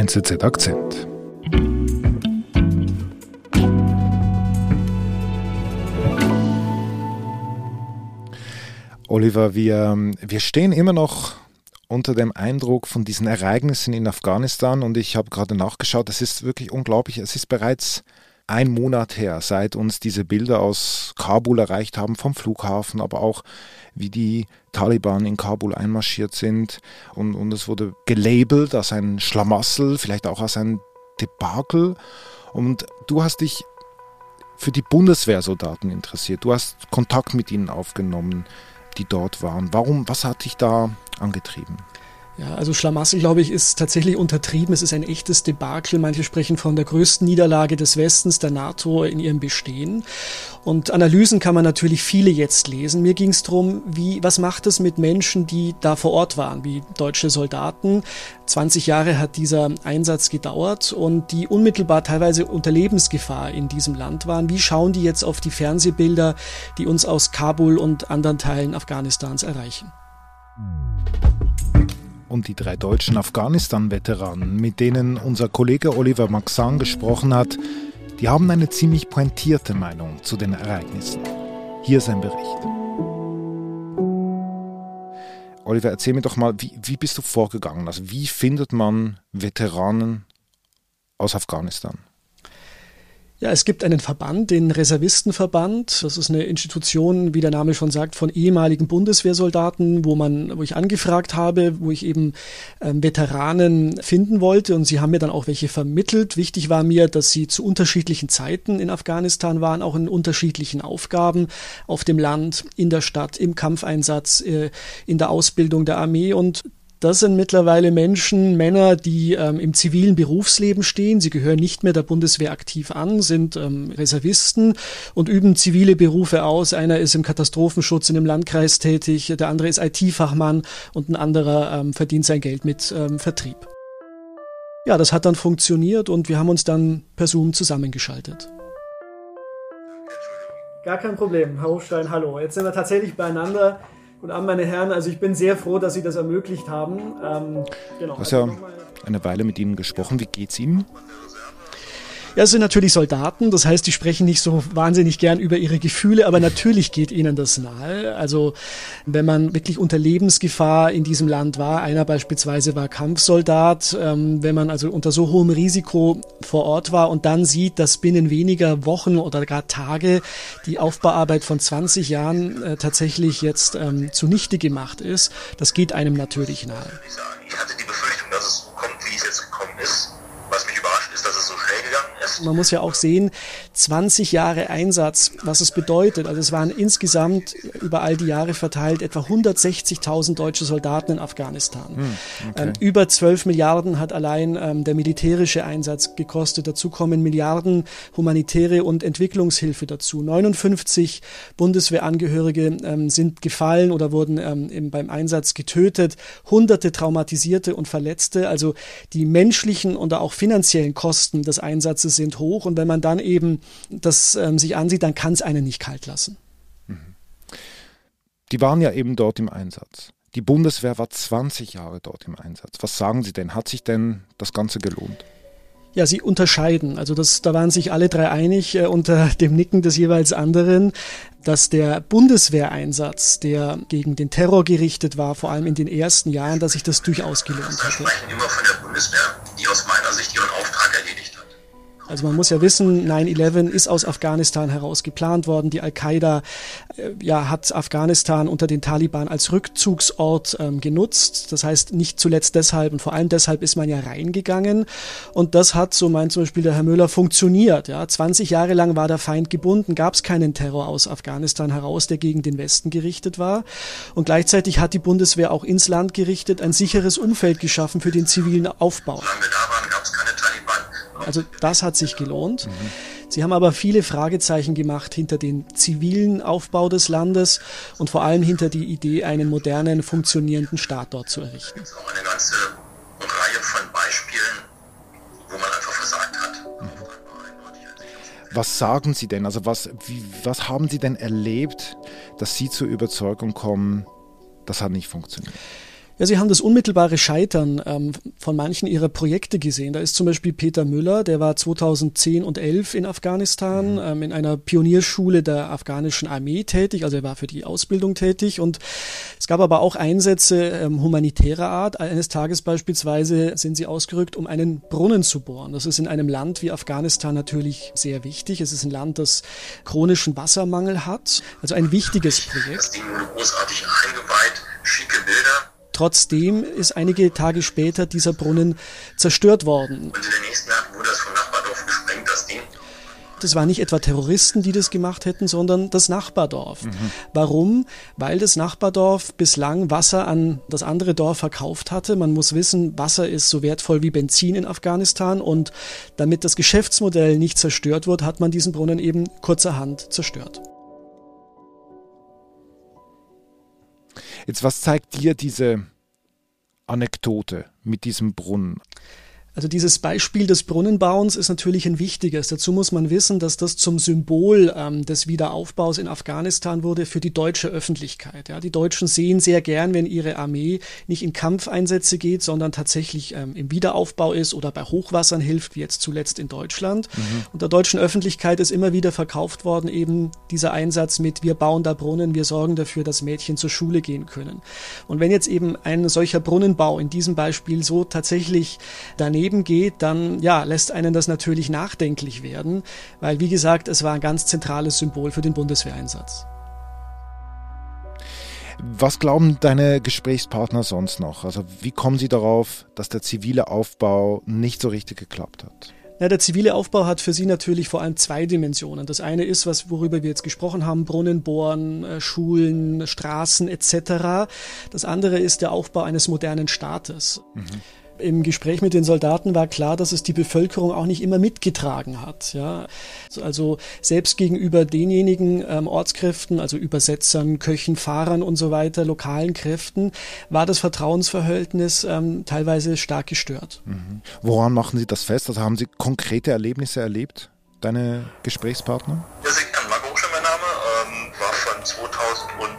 NZZ Akzent. Oliver, wir stehen immer noch unter dem Eindruck von diesen Ereignissen in Afghanistan und ich habe gerade nachgeschaut, es ist wirklich unglaublich, es ist bereits ein Monat her, seit uns diese Bilder aus Kabul erreicht haben, vom Flughafen, aber auch wie die Taliban in Kabul einmarschiert sind und es wurde gelabelt als ein Schlamassel, vielleicht auch als ein Debakel und du hast dich für die Bundeswehrsoldaten interessiert, du hast Kontakt mit ihnen aufgenommen, die dort waren. Was hat dich da angetrieben? Ja, also Schlamassel, glaube ich, ist tatsächlich untertrieben. Es ist ein echtes Debakel. Manche sprechen von der größten Niederlage des Westens, der NATO in ihrem Bestehen. Und Analysen kann man natürlich viele jetzt lesen. Mir ging es darum, was macht es mit Menschen, die da vor Ort waren, wie deutsche Soldaten. 20 Jahre hat dieser Einsatz gedauert und die unmittelbar teilweise unter Lebensgefahr in diesem Land waren. Wie schauen die jetzt auf die Fernsehbilder, die uns aus Kabul und anderen Teilen Afghanistans erreichen? Und die 3 deutschen Afghanistan-Veteranen, mit denen unser Kollege Oliver Maxan gesprochen hat, die haben eine ziemlich pointierte Meinung zu den Ereignissen. Hier ist ein Bericht. Oliver, erzähl mir doch mal, wie bist du vorgegangen? Also wie findet man Veteranen aus Afghanistan? Ja, es gibt einen Verband, den Reservistenverband. Das ist eine Institution, wie der Name schon sagt, von ehemaligen Bundeswehrsoldaten, wo ich angefragt habe, wo ich eben Veteranen finden wollte und sie haben mir dann auch welche vermittelt. Wichtig war mir, dass sie zu unterschiedlichen Zeiten in Afghanistan waren, auch in unterschiedlichen Aufgaben auf dem Land, in der Stadt, im Kampfeinsatz, in der Ausbildung der Armee und das sind mittlerweile Männer, die im zivilen Berufsleben stehen. Sie gehören nicht mehr der Bundeswehr aktiv an, sind Reservisten und üben zivile Berufe aus. Einer ist im Katastrophenschutz in einem Landkreis tätig, der andere ist IT-Fachmann und ein anderer verdient sein Geld mit Vertrieb. Ja, das hat dann funktioniert und wir haben uns dann per Zoom zusammengeschaltet. Gar kein Problem, Herr Hofstein, hallo. Jetzt sind wir tatsächlich beieinander. Guten Abend, meine Herren. Also ich bin sehr froh, dass Sie das ermöglicht haben. Du hast ja eine Weile mit Ihnen gesprochen. Wie geht's Ihnen? Ja, es sind natürlich Soldaten, das heißt, die sprechen nicht so wahnsinnig gern über ihre Gefühle, aber natürlich geht ihnen das nahe. Also wenn man wirklich unter Lebensgefahr in diesem Land war, einer beispielsweise war Kampfsoldat, wenn man also unter so hohem Risiko vor Ort war und dann sieht, dass binnen weniger Wochen oder gar Tage die Aufbauarbeit von 20 Jahren tatsächlich jetzt zunichte gemacht ist, das geht einem natürlich nahe. Ich hatte die Befürchtung, dass es so kommt, wie es jetzt gekommen ist. Was mich überrascht ist, dass es so schnell gegangen ist. Man muss ja auch sehen, 20 Jahre Einsatz, was es bedeutet. Also es waren insgesamt über all die Jahre verteilt etwa 160.000 deutsche Soldaten in Afghanistan. Okay. Über 12 Milliarden hat allein der militärische Einsatz gekostet. Dazu kommen Milliarden humanitäre und Entwicklungshilfe dazu. 59 Bundeswehrangehörige sind gefallen oder wurden beim Einsatz getötet. Hunderte Traumatisierte und Verletzte. Also die menschlichen und auch finanziellen Kosten des Einsatzes sind hoch und wenn man dann eben das sich ansieht, dann kann es einen nicht kalt lassen. Die waren ja eben dort im Einsatz. Die Bundeswehr war 20 Jahre dort im Einsatz. Was sagen Sie denn? Hat sich denn das Ganze gelohnt? Ja, sie unterscheiden. Also da waren sich alle 3 einig unter dem Nicken des jeweils anderen, dass der Bundeswehreinsatz, der gegen den Terror gerichtet war, vor allem in den ersten Jahren, dass sich das durchaus gelohnt Wir hatte. sprechen immer von der Bundeswehr, die aus meiner Sicht ihren Auftrag erledigt hat. Also man muss ja wissen, 9/11 ist aus Afghanistan heraus geplant worden. Die Al-Qaida hat Afghanistan unter den Taliban als Rückzugsort genutzt. Das heißt, nicht zuletzt deshalb und vor allem deshalb ist man ja reingegangen. Und das hat, so meint zum Beispiel der Herr Müller, funktioniert. Ja, 20 Jahre lang war der Feind gebunden, gab es keinen Terror aus Afghanistan heraus, der gegen den Westen gerichtet war. Und gleichzeitig hat die Bundeswehr auch ins Land gerichtet ein sicheres Umfeld geschaffen für den zivilen Aufbau. Solange wir da waren, gab es keine Taliban. Also das hat sich gelohnt. Sie haben aber viele Fragezeichen gemacht hinter den zivilen Aufbau des Landes und vor allem hinter die Idee, einen modernen, funktionierenden Staat dort zu errichten. Es gibt auch eine ganze Reihe von Beispielen, wo man einfach versagt hat. Was sagen Sie denn? Also was haben Sie denn erlebt, dass Sie zur Überzeugung kommen, das hat nicht funktioniert? Ja, Sie haben das unmittelbare Scheitern von manchen Ihrer Projekte gesehen. Da ist zum Beispiel Peter Müller, der war 2010 und 11 in Afghanistan in einer Pionierschule der afghanischen Armee tätig, also er war für die Ausbildung tätig. Und es gab aber auch Einsätze humanitärer Art. Eines Tages beispielsweise sind sie ausgerückt, um einen Brunnen zu bohren. Das ist in einem Land wie Afghanistan natürlich sehr wichtig. Es ist ein Land, das chronischen Wassermangel hat, also ein wichtiges Projekt. Das Ding wurde großartig eingeweiht, schicke Bilder. Trotzdem ist einige Tage später dieser Brunnen zerstört worden. Und in der nächsten Nacht wurde das vom Nachbardorf gesprengt, das Ding. Das waren nicht etwa Terroristen, die das gemacht hätten, sondern das Nachbardorf. Warum? Weil das Nachbardorf bislang Wasser an das andere Dorf verkauft hatte. Man muss wissen, Wasser ist so wertvoll wie Benzin in Afghanistan und damit das Geschäftsmodell nicht zerstört wird, hat man diesen Brunnen eben kurzerhand zerstört. Jetzt, was zeigt dir diese Anekdote mit diesem Brunnen? Also dieses Beispiel des Brunnenbauens ist natürlich ein wichtiges. Dazu muss man wissen, dass das zum Symbol des Wiederaufbaus in Afghanistan wurde für die deutsche Öffentlichkeit. Ja, die Deutschen sehen sehr gern, wenn ihre Armee nicht in Kampfeinsätze geht, sondern tatsächlich im Wiederaufbau ist oder bei Hochwassern hilft, wie jetzt zuletzt in Deutschland. Und der deutschen Öffentlichkeit ist immer wieder verkauft worden, eben dieser Einsatz mit: Wir bauen da Brunnen, wir sorgen dafür, dass Mädchen zur Schule gehen können. Und wenn jetzt eben ein solcher Brunnenbau in diesem Beispiel so tatsächlich daneben geht, dann lässt einen das natürlich nachdenklich werden, weil, wie gesagt, es war ein ganz zentrales Symbol für den Bundeswehreinsatz. Was glauben deine Gesprächspartner sonst noch? Also wie kommen sie darauf, dass der zivile Aufbau nicht so richtig geklappt hat? Ja, der zivile Aufbau hat für sie natürlich vor allem zwei Dimensionen. Das eine ist, worüber wir jetzt gesprochen haben: Brunnen bohren, Schulen, Straßen etc. Das andere ist der Aufbau eines modernen Staates. Im Gespräch mit den Soldaten war klar, dass es die Bevölkerung auch nicht immer mitgetragen hat. Ja. Also selbst gegenüber denjenigen Ortskräften, also Übersetzern, Köchen, Fahrern und so weiter, lokalen Kräften, war das Vertrauensverhältnis teilweise stark gestört. Woran machen Sie das fest? Also haben Sie konkrete Erlebnisse erlebt, deine Gesprächspartner? Ja, sehr gerne. Marco Hochstein, mein Name, war von 2000 und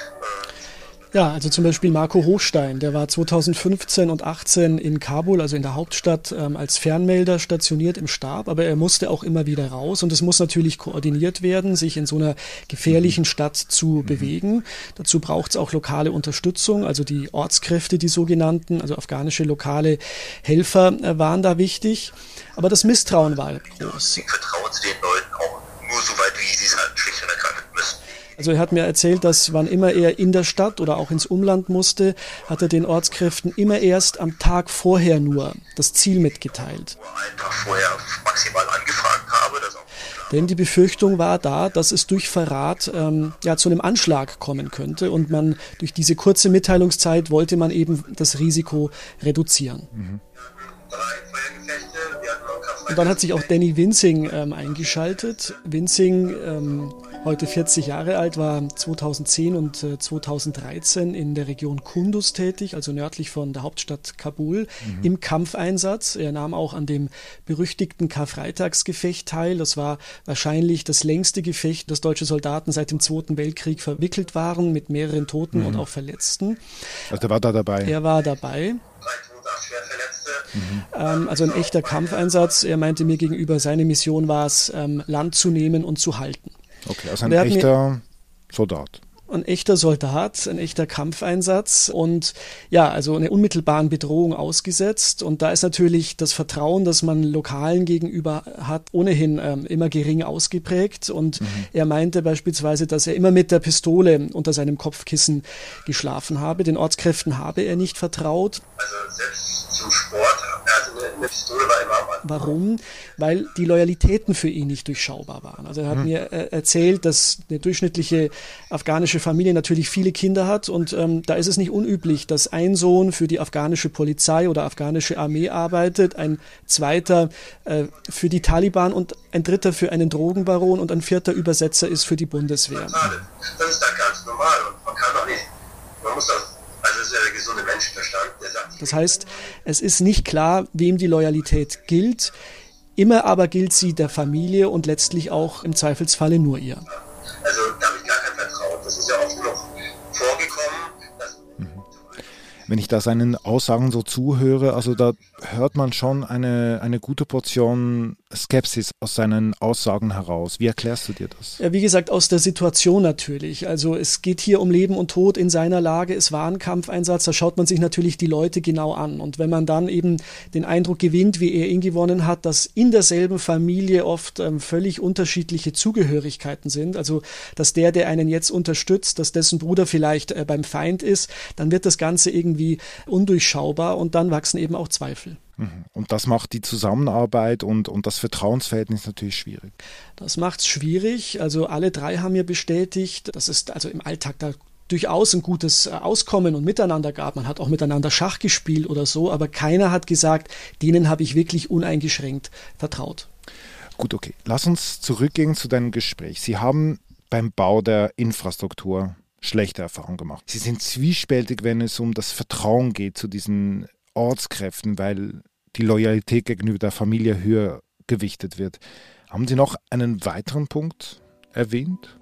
Ja, also zum Beispiel Marco Hochstein, der war 2015 und 18 in Kabul, also in der Hauptstadt, als Fernmelder stationiert im Stab, aber er musste auch immer wieder raus und es muss natürlich koordiniert werden, sich in so einer gefährlichen Stadt zu bewegen. Dazu braucht es auch lokale Unterstützung, also die Ortskräfte, die sogenannten, also afghanische lokale Helfer waren da wichtig, aber das Misstrauen war groß. ich vertraue zu den Leuten auch nur so weit, wie sie es halt schlicht und ergreifend müssen. Also er hat mir erzählt, dass wann immer er in der Stadt oder auch ins Umland musste, hat er den Ortskräften immer erst am Tag vorher nur das Ziel mitgeteilt. Einen Tag vorher maximal angefragt habe, das auch. Denn die Befürchtung war da, dass es durch Verrat zu einem Anschlag kommen könnte und man durch diese kurze Mitteilungszeit wollte man eben das Risiko reduzieren. 3 Feuergefechte, wir hatten auch Kraft. Und dann hat sich auch Danny Winzing eingeschaltet. Winzing, heute 40 Jahre alt, war 2010 und 2013 in der Region Kunduz tätig, also nördlich von der Hauptstadt Kabul, im Kampfeinsatz. Er nahm auch an dem berüchtigten Karfreitagsgefecht teil. Das war wahrscheinlich das längste Gefecht, das deutsche Soldaten seit dem Zweiten Weltkrieg verwickelt waren, mit mehreren Toten und auch Verletzten. Also der war da dabei? Er war dabei. 3 Tote, 8 Schwerverletzte. Also ein echter Kampfeinsatz. Er meinte mir gegenüber, seine Mission war es, Land zu nehmen und zu halten. Okay, also ein echter Soldat. Ein echter Soldat, ein echter Kampfeinsatz und also einer unmittelbaren Bedrohung ausgesetzt. Und da ist natürlich das Vertrauen, das man Lokalen gegenüber hat, ohnehin immer gering ausgeprägt. Und er meinte beispielsweise, dass er immer mit der Pistole unter seinem Kopfkissen geschlafen habe. Den Ortskräften habe er nicht vertraut. Also selbst zum Sport, also eine Pistole war immer am Mann. Warum? Weil die Loyalitäten für ihn nicht durchschaubar waren. Also er hat mir erzählt, dass eine durchschnittliche afghanische Familie natürlich viele Kinder hat und da ist es nicht unüblich, dass ein Sohn für die afghanische Polizei oder afghanische Armee arbeitet, ein zweiter für die Taliban und ein dritter für einen Drogenbaron und ein vierter Übersetzer ist für die Bundeswehr. Das ist da ganz normal und man kann auch nicht, man muss das, also das ist ja der gesunde Menschenverstand, der sagt. Das heißt, es ist nicht klar, wem die Loyalität gilt. Immer aber gilt sie der Familie und letztlich auch im Zweifelsfalle nur ihr. Also da habe ich gar kein Vertrauen. Das ist ja oft noch vorgekommen. Wenn ich da seinen Aussagen so zuhöre, also da hört man schon eine gute Portion Skepsis aus seinen Aussagen heraus. Wie erklärst du dir das? Ja, wie gesagt, aus der Situation natürlich. Also es geht hier um Leben und Tod in seiner Lage. Es war ein Kampfeinsatz, da schaut man sich natürlich die Leute genau an. Und wenn man dann eben den Eindruck gewinnt, wie er ihn gewonnen hat, dass in derselben Familie oft völlig unterschiedliche Zugehörigkeiten sind, also dass der einen jetzt unterstützt, dass dessen Bruder vielleicht beim Feind ist, dann wird das Ganze irgendwie undurchschaubar und dann wachsen eben auch Zweifel. Und das macht die Zusammenarbeit und das Vertrauensverhältnis natürlich schwierig. Das macht es schwierig. Also alle drei haben mir bestätigt, dass es also im Alltag da durchaus ein gutes Auskommen und Miteinander gab. Man hat auch miteinander Schach gespielt oder so, aber keiner hat gesagt, denen habe ich wirklich uneingeschränkt vertraut. Gut, okay. Lass uns zurückgehen zu deinem Gespräch. Sie haben beim Bau der Infrastruktur schlechte Erfahrungen gemacht. Sie sind zwiespältig, wenn es um das Vertrauen geht zu diesen Ortskräften, weil die Loyalität gegenüber der Familie höher gewichtet wird. Haben Sie noch einen weiteren Punkt erwähnt?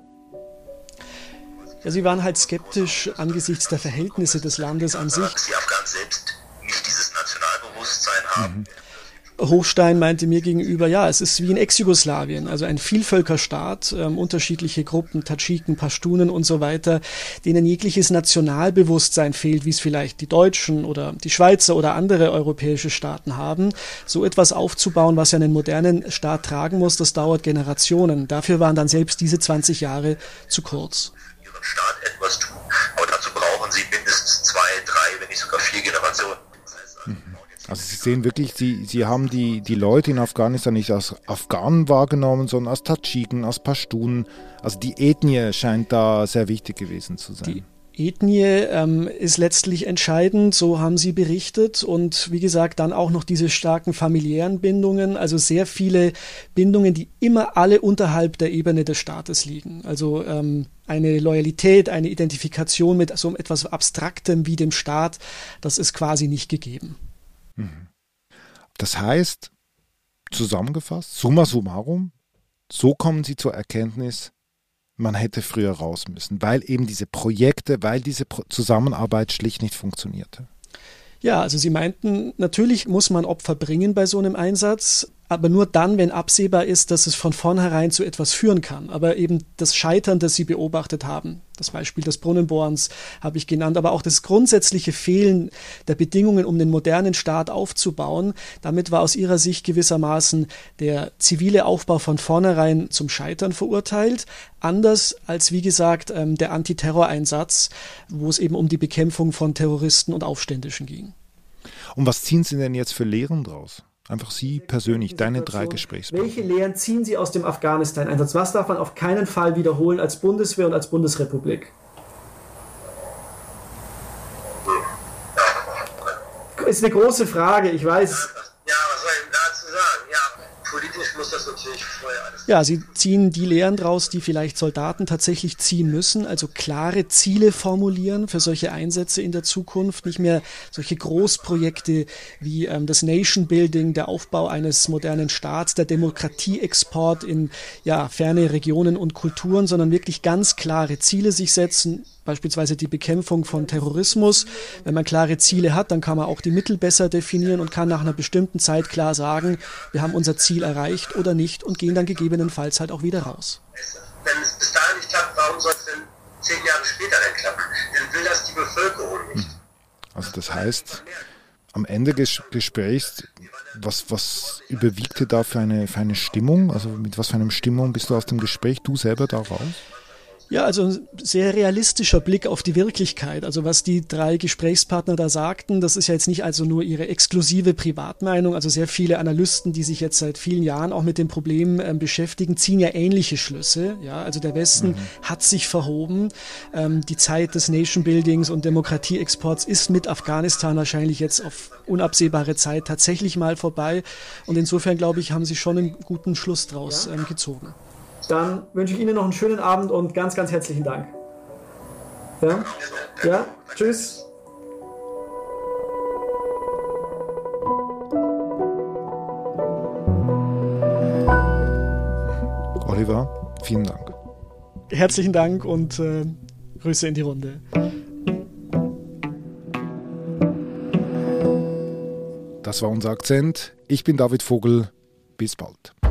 Ja, sie waren halt skeptisch angesichts der Verhältnisse des Landes an sich. Dass die Afghanen selbst nicht dieses Nationalbewusstsein haben. Hochstein meinte mir gegenüber, ja, es ist wie in Ex-Jugoslawien, also ein Vielvölkerstaat, unterschiedliche Gruppen, Tadschiken, Pashtunen und so weiter, denen jegliches Nationalbewusstsein fehlt, wie es vielleicht die Deutschen oder die Schweizer oder andere europäische Staaten haben. So etwas aufzubauen, was ja einen modernen Staat tragen muss, das dauert Generationen. Dafür waren dann selbst diese 20 Jahre zu kurz. Ihren Staat etwas tun, aber dazu brauchen sie mindestens 2, 3, wenn nicht sogar 4 Generationen. Also Sie sehen wirklich, Sie haben die Leute in Afghanistan nicht als Afghanen wahrgenommen, sondern als Tadschiken, als Pashtunen. Also die Ethnie scheint da sehr wichtig gewesen zu sein. Die Ethnie ist letztlich entscheidend, so haben sie berichtet. Und wie gesagt, dann auch noch diese starken familiären Bindungen, also sehr viele Bindungen, die immer alle unterhalb der Ebene des Staates liegen. Also eine Loyalität, eine Identifikation mit so etwas Abstraktem wie dem Staat, das ist quasi nicht gegeben. Das heißt, zusammengefasst, summa summarum, so kommen Sie zur Erkenntnis, man hätte früher raus müssen, weil eben diese Projekte, weil diese Zusammenarbeit schlicht nicht funktionierte. Ja, also sie meinten, natürlich muss man Opfer bringen bei so einem Einsatz, aber nur dann, wenn absehbar ist, dass es von vornherein zu etwas führen kann. Aber eben das Scheitern, das sie beobachtet haben, das Beispiel des Brunnenbohrens habe ich genannt, aber auch das grundsätzliche Fehlen der Bedingungen, um den modernen Staat aufzubauen, damit war aus ihrer Sicht gewissermaßen der zivile Aufbau von vornherein zum Scheitern verurteilt. Anders als, wie gesagt, der Antiterroreinsatz, wo es eben um die Bekämpfung von Terroristen und Aufständischen ging. Und was ziehen Sie denn jetzt für Lehren draus? Einfach Sie persönlich, deine 3 Gesprächspartner. Welche Lehren ziehen Sie aus dem Afghanistan-Einsatz? Was darf man auf keinen Fall wiederholen als Bundeswehr und als Bundesrepublik? Ist eine große Frage, ich weiß. Ja, was soll ich dazu sagen? Ja, politisch muss das natürlich vorher alles. Ja, sie ziehen die Lehren draus, die vielleicht Soldaten tatsächlich ziehen müssen, also klare Ziele formulieren für solche Einsätze in der Zukunft, nicht mehr solche Großprojekte wie das Nation Building, der Aufbau eines modernen Staats, der Demokratieexport in ferne Regionen und Kulturen, sondern wirklich ganz klare Ziele sich setzen, beispielsweise die Bekämpfung von Terrorismus. Wenn man klare Ziele hat, dann kann man auch die Mittel besser definieren und kann nach einer bestimmten Zeit klar sagen, wir haben unser Ziel erreicht oder nicht und gehen dann gegebenenfalls halt auch wieder raus. Wenn es bis dahin nicht klappt, warum soll es denn 10 Jahre später dann klappen? Dann will das die Bevölkerung nicht. Also das heißt, am Ende des Gesprächs, was überwiegte da für eine Stimmung? Also mit was für einer Stimmung bist du aus dem Gespräch, du selber da raus? Ja, also ein sehr realistischer Blick auf die Wirklichkeit. Also was die 3 Gesprächspartner da sagten, das ist ja jetzt nicht also nur ihre exklusive Privatmeinung. Also sehr viele Analysten, die sich jetzt seit vielen Jahren auch mit dem Problem beschäftigen, ziehen ja ähnliche Schlüsse. Ja, also der Westen hat sich verhoben. Die Zeit des Nation-Buildings und Demokratieexports ist mit Afghanistan wahrscheinlich jetzt auf unabsehbare Zeit tatsächlich mal vorbei. Und insofern, glaube ich, haben sie schon einen guten Schluss draus gezogen. Dann wünsche ich Ihnen noch einen schönen Abend und ganz, ganz herzlichen Dank. Ja, tschüss. Oliver, vielen Dank. Herzlichen Dank und Grüße in die Runde. Das war unser Akzent. Ich bin David Vogel. Bis bald.